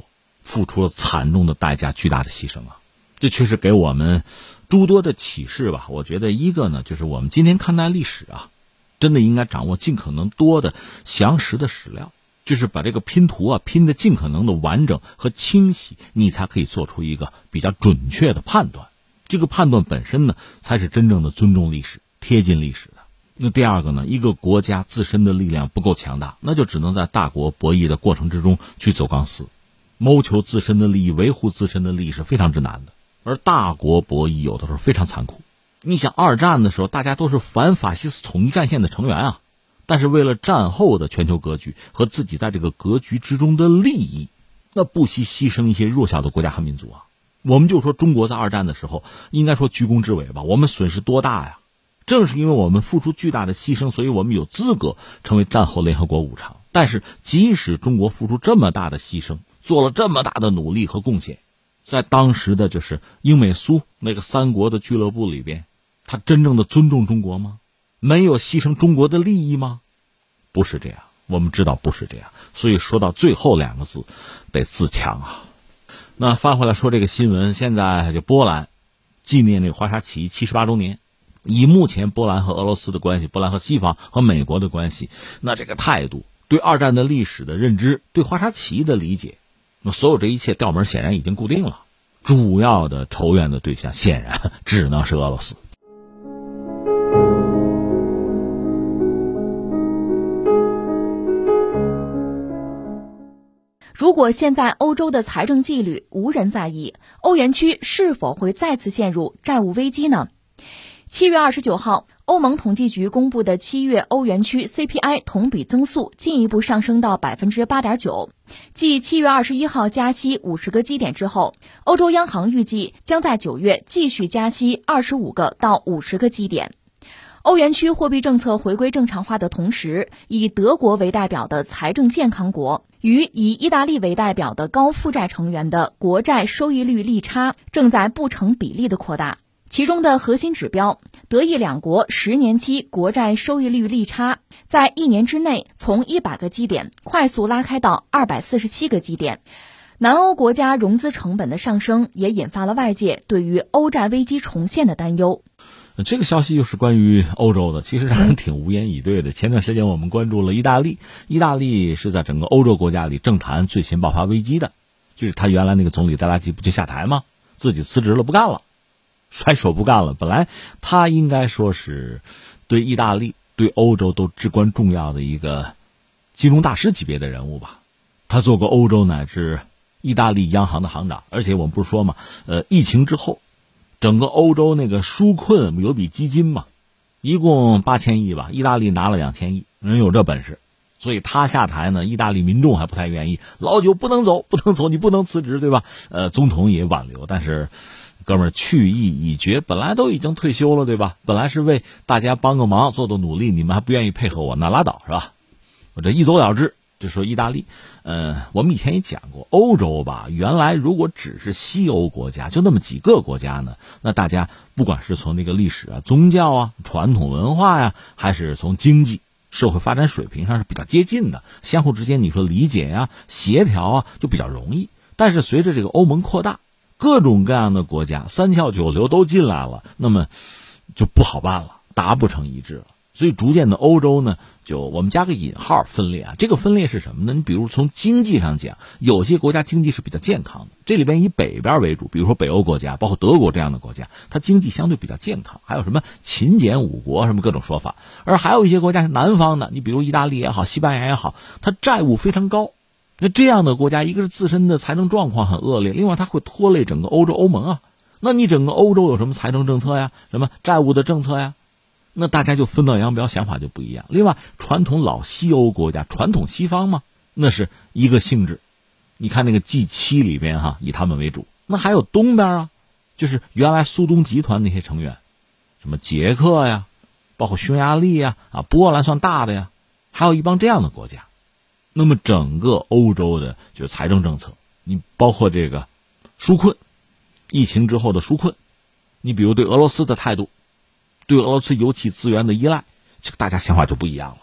付出了惨重的代价，巨大的牺牲啊！这确实给我们诸多的启示吧。我觉得一个呢，就是我们今天看待历史啊，真的应该掌握尽可能多的详实的史料，就是把这个拼图啊拼得尽可能的完整和清晰，你才可以做出一个比较准确的判断。这个判断本身呢，才是真正的尊重历史、贴近历史的。那第二个呢，一个国家自身的力量不够强大，那就只能在大国博弈的过程之中去走钢丝，谋求自身的利益，维护自身的利益是非常之难的。而大国博弈有的时候非常残酷。你想二战的时候，大家都是反法西斯统一战线的成员啊，但是为了战后的全球格局和自己在这个格局之中的利益，那不惜牺牲一些弱小的国家和民族啊。我们就说中国在二战的时候，应该说居功至伟吧，我们损失多大呀？正是因为我们付出巨大的牺牲，所以我们有资格成为战后联合国五常。但是即使中国付出这么大的牺牲，做了这么大的努力和贡献，在当时的就是英美苏那个三国的俱乐部里边，他真正的尊重中国吗？没有牺牲中国的利益吗？不是这样，我们知道不是这样。所以说到最后两个字，得自强啊。那翻回来说这个新闻，现在就波兰纪念这个华沙起义78周年，以目前波兰和俄罗斯的关系，波兰和西方和美国的关系，那这个态度，对二战的历史的认知，对华沙起义的理解，那所有这一切调门显然已经固定了。主要的仇怨的对象显然只能是俄罗斯。 如果现在欧洲的财政纪律无人在意，欧元区是否会再次陷入债务危机呢？7月29号，欧盟统计局公布的7月欧元区 CPI 同比增速进一步上升到 8.9%。继7月21号加息50个基点之后，欧洲央行预计将在9月继续加息25个到50个基点。欧元区货币政策回归正常化的同时，以德国为代表的财政健康国与以意大利为代表的高负债成员的国债收益率利差正在不成比例的扩大。其中的核心指标，德意两国10年期国债收益率利差在1年之内从100个基点快速拉开到247个基点。南欧国家融资成本的上升也引发了外界对于欧债危机重现的担忧。 这个消息又是关于欧洲的，其实让人挺无言以对的。前段时间我们关注了意大利，意大利是在整个欧洲国家里政坛最先爆发危机的，就是他原来那个总理德拉吉不就下台吗？自己辞职了，不干了，甩手不干了。本来他应该说是对意大利、对欧洲都至关重要的一个金融大师级别的人物吧。他做过欧洲乃至意大利央行的行长，而且我们不是说嘛，疫情之后整个欧洲那个纾困有笔基金嘛，一共8000亿吧，意大利拿了2000亿，人有这本事，所以他下台呢，意大利民众还不太愿意，老九不能走，不能走，你不能辞职，对吧？总统也挽留，但是哥们儿去意已决，本来都已经退休了，对吧？本来是为大家帮个忙，做做努力，你们还不愿意配合我，那拉倒是吧？我这一走了之。就说意大利，我们以前也讲过，欧洲吧，原来如果只是西欧国家，就那么几个国家呢，那大家不管是从那个历史啊、宗教啊、传统文化呀，还是从经济、社会发展水平上是比较接近的，相互之间你说理解呀、协调啊，就比较容易。但是随着这个欧盟扩大，各种各样的国家三教九流都进来了，那么就不好办了，达不成一致了。所以逐渐的欧洲呢，就我们加个引号分裂啊，这个分裂是什么呢？你比如从经济上讲，有些国家经济是比较健康的，这里边以北边为主，比如说北欧国家，包括德国这样的国家，它经济相对比较健康，还有什么勤俭五国什么各种说法。而还有一些国家是南方的，你比如意大利也好，西班牙也好，它债务非常高。那这样的国家，一个是自身的财政状况很恶劣，另外它会拖累整个欧洲欧盟啊。那你整个欧洲有什么财政政策呀，什么债务的政策呀？那大家就分道扬镳，想法就不一样。另外，传统老西欧国家，传统西方嘛，那是一个性质。你看那个 G7 里边哈，以他们为主。那还有东边啊，就是原来苏东集团那些成员，什么捷克呀，包括匈牙利呀，波兰算大的呀，还有一帮这样的国家。那么整个欧洲的就是财政政策，你包括这个纾困，疫情之后的纾困，你比如对俄罗斯的态度，对俄罗斯油气资源的依赖，这个大家想法就不一样了。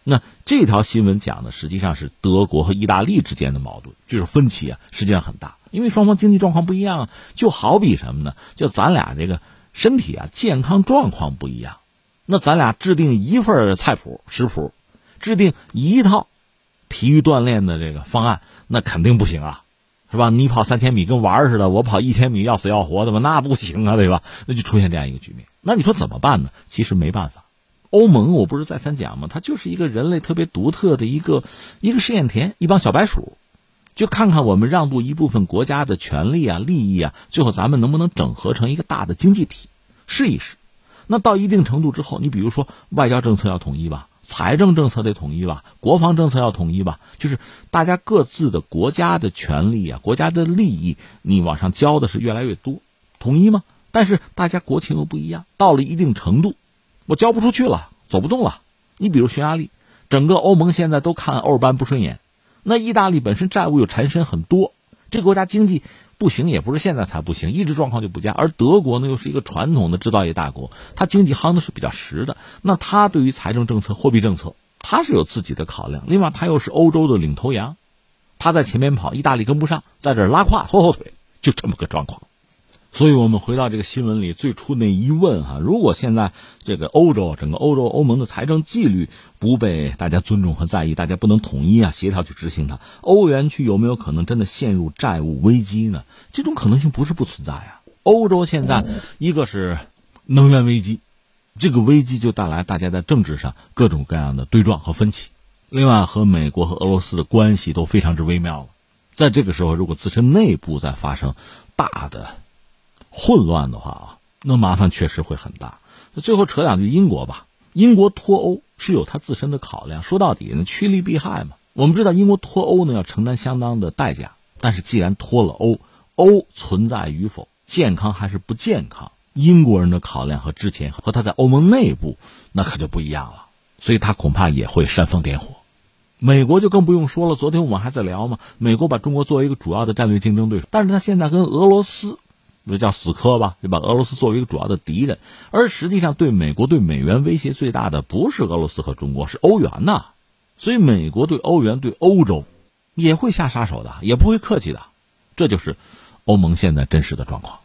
那这条新闻讲的实际上是德国和意大利之间的矛盾，就是分歧啊，实际上很大，因为双方经济状况不一样啊。就好比什么呢？就咱俩这个身体啊健康状况不一样，那咱俩制定一份菜谱食谱，制定一套体育锻炼的这个方案，那肯定不行啊，是吧？你跑3000米跟玩似的，我跑1000米要死要活的嘛，那不行啊，对吧？那就出现这样一个局面。那你说怎么办呢？其实没办法。欧盟我不是再三讲吗？它就是一个人类特别独特的一个试验田，一帮小白鼠，就看看我们让渡一部分国家的权利啊、利益啊，最后咱们能不能整合成一个大的经济体，试一试。那到一定程度之后，你比如说外交政策要统一吧，财政政策得统一吧，国防政策要统一吧，就是大家各自的国家的权利啊、国家的利益，你往上交的是越来越多，统一吗？但是大家国情又不一样，到了一定程度，我交不出去了，走不动了。你比如匈牙利，整个欧盟现在都看欧尔班不顺眼。那意大利本身债务又缠身很多，这个国家经济不行，也不是现在才不行，一直状况就不佳。而德国呢，又是一个传统的制造业大国，它经济夯的是比较实的。那它对于财政政策、货币政策，它是有自己的考量。另外，它又是欧洲的领头羊，它在前面跑，意大利跟不上，在这儿拉胯拖后腿，就这么个状况。所以我们回到这个新闻里最初那一问哈，如果现在这个整个欧洲欧盟的财政纪律不被大家尊重和在意，大家不能统一啊协调去执行它，欧元区有没有可能真的陷入债务危机呢？这种可能性不是不存在啊。欧洲现在一个是能源危机，这个危机就带来大家在政治上各种各样的对撞和分歧，另外和美国和俄罗斯的关系都非常之微妙了。在这个时候，如果自身内部再发生大的混乱的话啊，那麻烦确实会很大。最后扯两句英国吧，英国脱欧是有它自身的考量，说到底呢，趋利避害嘛。我们知道英国脱欧呢要承担相当的代价，但是既然脱了欧，欧存在与否，健康还是不健康，英国人的考量和之前和他在欧盟内部那可就不一样了，所以他恐怕也会煽风点火。美国就更不用说了，昨天我们还在聊嘛，美国把中国作为一个主要的战略竞争对手，但是他现在跟俄罗斯这叫死磕吧，就把俄罗斯作为一个主要的敌人，而实际上对美国对美元威胁最大的不是俄罗斯和中国，是欧元呐。所以美国对欧元对欧洲也会下杀手的，也不会客气的，这就是欧盟现在真实的状况。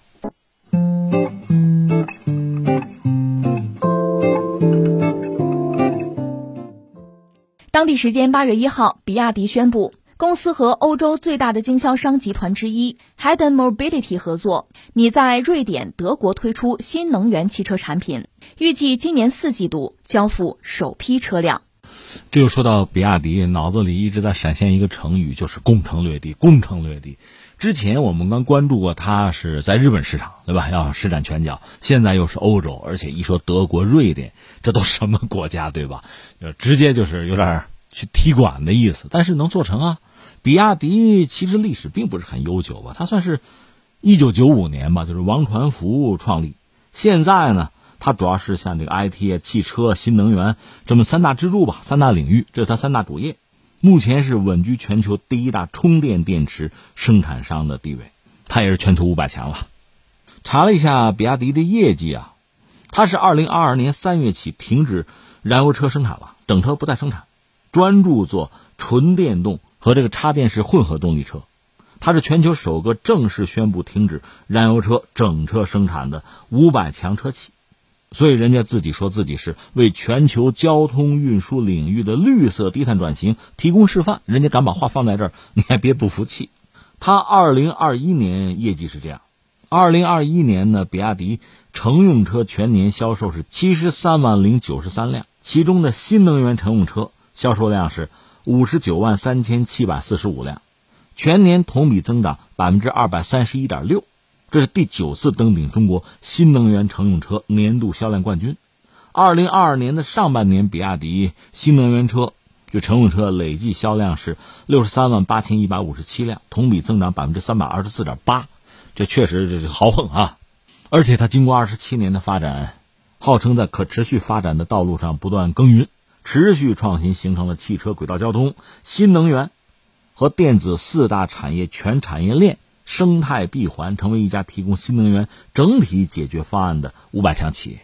当地时间8月1号，比亚迪宣布公司和欧洲最大的经销商集团之一 Hayden Mobility 合作，拟在瑞典、德国推出新能源汽车产品，预计今年4季度交付首批车辆。 这又说到比亚迪，脑子里一直在闪现一个成语，就是攻城略地。攻城略地之前我们刚关注过，它是在日本市场，对吧？要施展拳脚，现在又是欧洲，而且一说德国、瑞典，这都什么国家，对吧？直接就是有点去踢馆的意思，但是能做成啊。比亚迪其实历史并不是很悠久吧，它算是1995年吧，就是王传福创立。现在呢，它主要是像这个 IT、汽车、新能源这么3大支柱吧，3大领域，这是它3大主业。目前是稳居全球第1大充电电池生产商的地位，它也是全球500强了。查了一下比亚迪的业绩啊，它是2022年3月起停止燃油车生产了，整车不再生产，专注做纯电动和这个插电式混合动力车。它是全球首个正式宣布停止燃油车整车生产的500强车企，所以人家自己说自己是为全球交通运输领域的绿色低碳转型提供示范，人家敢把话放在这儿，你还别不服气。它2021年业绩是这样，2021年呢，比亚迪乘用车全年销售是73万零93辆，其中的新能源乘用车销售量是59万3745辆，全年同比增长231.6%，这是第9次登顶中国新能源乘用车年度销量冠军。2022年的上半年，比亚迪新能源车就乘用车累计销量是63万8157辆，同比增长324.8%，这确实这是豪横啊！而且它经过27年的发展，号称在可持续发展的道路上不断耕耘，持续创新，形成了汽车轨道交通、新能源和电子4大产业全产业链生态闭环，成为一家提供新能源整体解决方案的500强企业。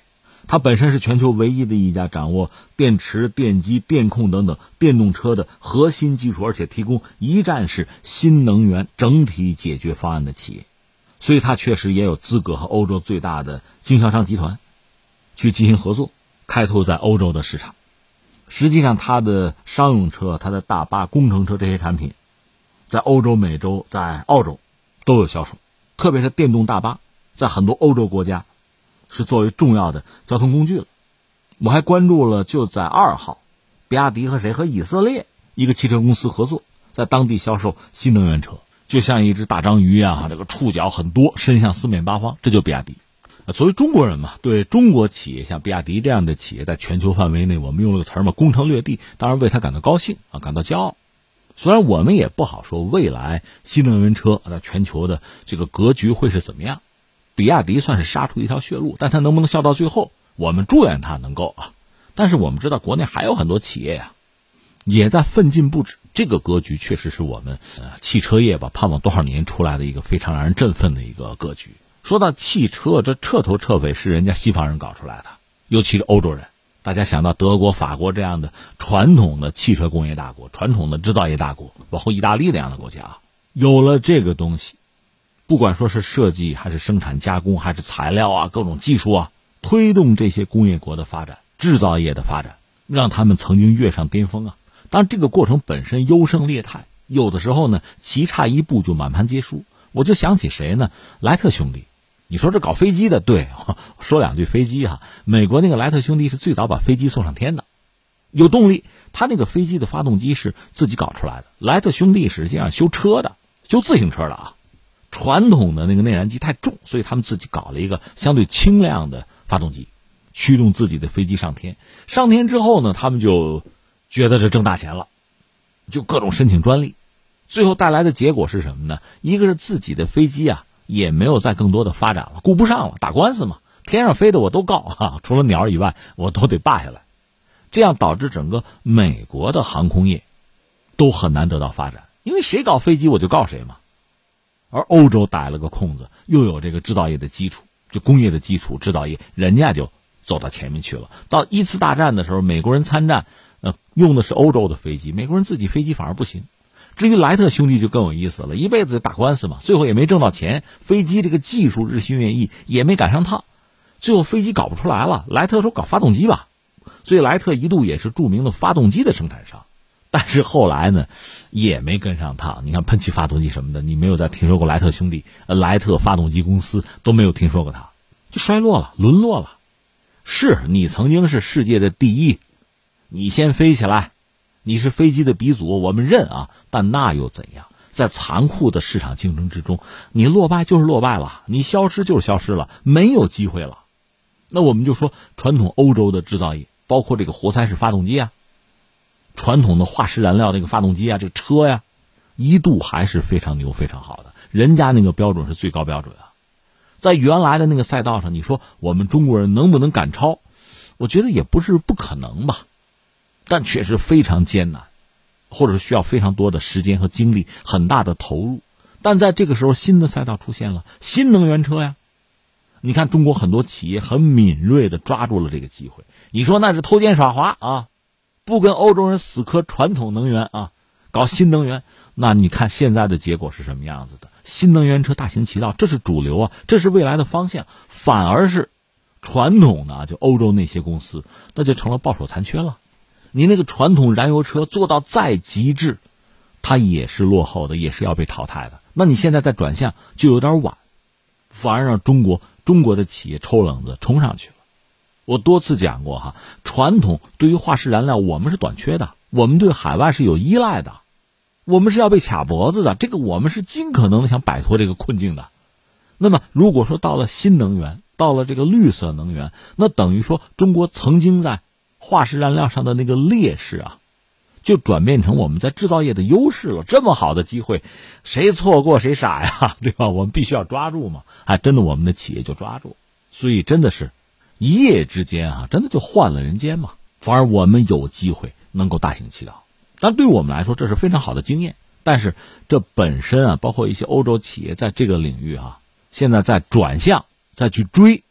它本身是全球唯一的一家掌握电池、电机、电控等等电动车的核心技术，而且提供一站式新能源整体解决方案的企业，所以它确实也有资格和欧洲最大的经销商集团去进行合作，开拓在欧洲的市场。实际上它的商用车、它的大巴、工程车这些产品在欧洲、美洲、在澳洲都有销售，特别是电动大巴在很多欧洲国家是作为重要的交通工具了。我还关注了，就在2号，比亚迪和以色列一个汽车公司合作，在当地销售新能源车，就像一只大章鱼啊，这个触角很多，伸向四面八方，这就比亚迪。作为中国人嘛，对中国企业像比亚迪这样的企业在全球范围内，我们用了个词嘛，攻城略地，当然为他感到高兴啊，感到骄傲。虽然我们也不好说未来新能源车在全球的这个格局会是怎么样，比亚迪算是杀出一条血路，但它能不能笑到最后，我们祝愿它能够啊。但是我们知道国内还有很多企业啊，也在奋进不止。这个格局确实是我们汽车业吧盼望多少年出来的一个非常让人振奋的一个格局。说到汽车，这彻头彻尾是人家西方人搞出来的，尤其是欧洲人。大家想到德国、法国这样的传统的汽车工业大国，传统的制造业大国，包括意大利这样的国家，有了这个东西，不管说是设计还是生产加工还是材料啊，各种技术啊，推动这些工业国的发展，制造业的发展，让他们曾经跃上巅峰啊。当然这个过程本身优胜劣汰，有的时候呢棋差一步就满盘皆输。我就想起谁呢？莱特兄弟。你说这搞飞机的，对，说两句飞机哈，美国那个莱特兄弟是最早把飞机送上天的，有动力。他那个飞机的发动机是自己搞出来的。莱特兄弟实际上修车的，修自行车的啊。传统的那个内燃机太重，所以他们自己搞了一个相对轻量的发动机，驱动自己的飞机上天。上天之后呢，他们就觉得这挣大钱了，就各种申请专利。最后带来的结果是什么呢？一个是自己的飞机啊也没有再更多的发展了，顾不上了，打官司嘛，天上飞的我都告啊，除了鸟以外我都得霸下来。这样导致整个美国的航空业都很难得到发展，因为谁搞飞机我就告谁嘛。而欧洲逮了个空子，又有这个制造业的基础，就工业的基础，制造业人家就走到前面去了。到一次大战的时候，美国人参战用的是欧洲的飞机，美国人自己飞机反而不行。至于莱特兄弟就更有意思了，一辈子打官司嘛，最后也没挣到钱，飞机这个技术日新月异，也没赶上趟，最后飞机搞不出来了。莱特说搞发动机吧，所以莱特一度也是著名的发动机的生产商，但是后来呢也没跟上趟。你看喷气发动机什么的，你没有再听说过莱特兄弟，莱特发动机公司都没有听说过它，就衰落了，沦落了。是你曾经是世界的第一，你先飞起来，你是飞机的鼻祖，我们认啊，但那又怎样？在残酷的市场竞争之中，你落败就是落败了，你消失就是消失了，没有机会了。那我们就说传统欧洲的制造业，包括这个活塞式发动机啊，传统的化石燃料这个发动机啊，这个车呀，一度还是非常牛非常好的，人家那个标准是最高标准啊。在原来的那个赛道上，你说我们中国人能不能赶超？我觉得也不是不可能吧，但确实非常艰难，或者是需要非常多的时间和精力，很大的投入。但在这个时候，新的赛道出现了，新能源车呀。你看中国很多企业很敏锐地抓住了这个机会，你说那是偷奸耍滑啊，不跟欧洲人死磕传统能源啊，搞新能源。那你看现在的结果是什么样子的？新能源车大行其道，这是主流啊，这是未来的方向。反而是传统的就欧洲那些公司，那就成了抱手残缺了。你那个传统燃油车做到再极致，它也是落后的，也是要被淘汰的。那你现在再转向就有点晚，反而让中国的企业抽冷子冲上去了。我多次讲过哈，传统对于化石燃料我们是短缺的，我们对海外是有依赖的，我们是要被卡脖子的，这个我们是尽可能的想摆脱这个困境的。那么如果说到了新能源，到了这个绿色能源，那等于说中国曾经在化石燃料上的那个劣势啊，就转变成我们在制造业的优势了。这么好的机会，谁错过谁傻呀，对吧？我们必须要抓住嘛。真的我们的企业就抓住，所以真的是一夜之间啊，真的就换了人间嘛。反而我们有机会能够大行其道，但对我们来说这是非常好的经验。但是这本身啊，包括一些欧洲企业在这个领域啊，现在在转向，再去追，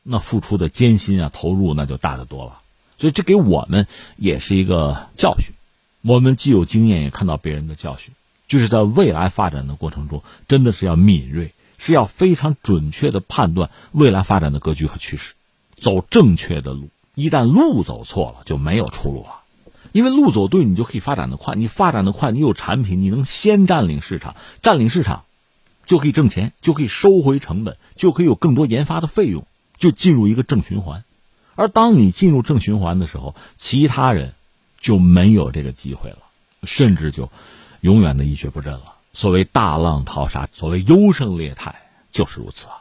那付出的艰辛啊、投入那就大得多了。所以这给我们也是一个教训，我们既有经验，也看到别人的教训，就是在未来发展的过程中，真的是要敏锐，是要非常准确的判断未来发展的格局和趋势，走正确的路。一旦路走错了，就没有出路了。因为路走对，你就可以发展得快，你发展得快，你有产品，你能先占领市场，占领市场就可以挣钱，就可以收回成本，就可以有更多研发的费用，就进入一个正循环。而当你进入正循环的时候，其他人就没有这个机会了，甚至就永远的一蹶不振了。所谓大浪淘沙，所谓优胜劣汰，就是如此啊。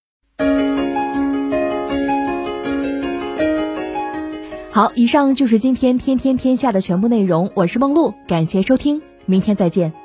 好，以上就是今天天天天下的全部内容，我是梦露，感谢收听，明天再见。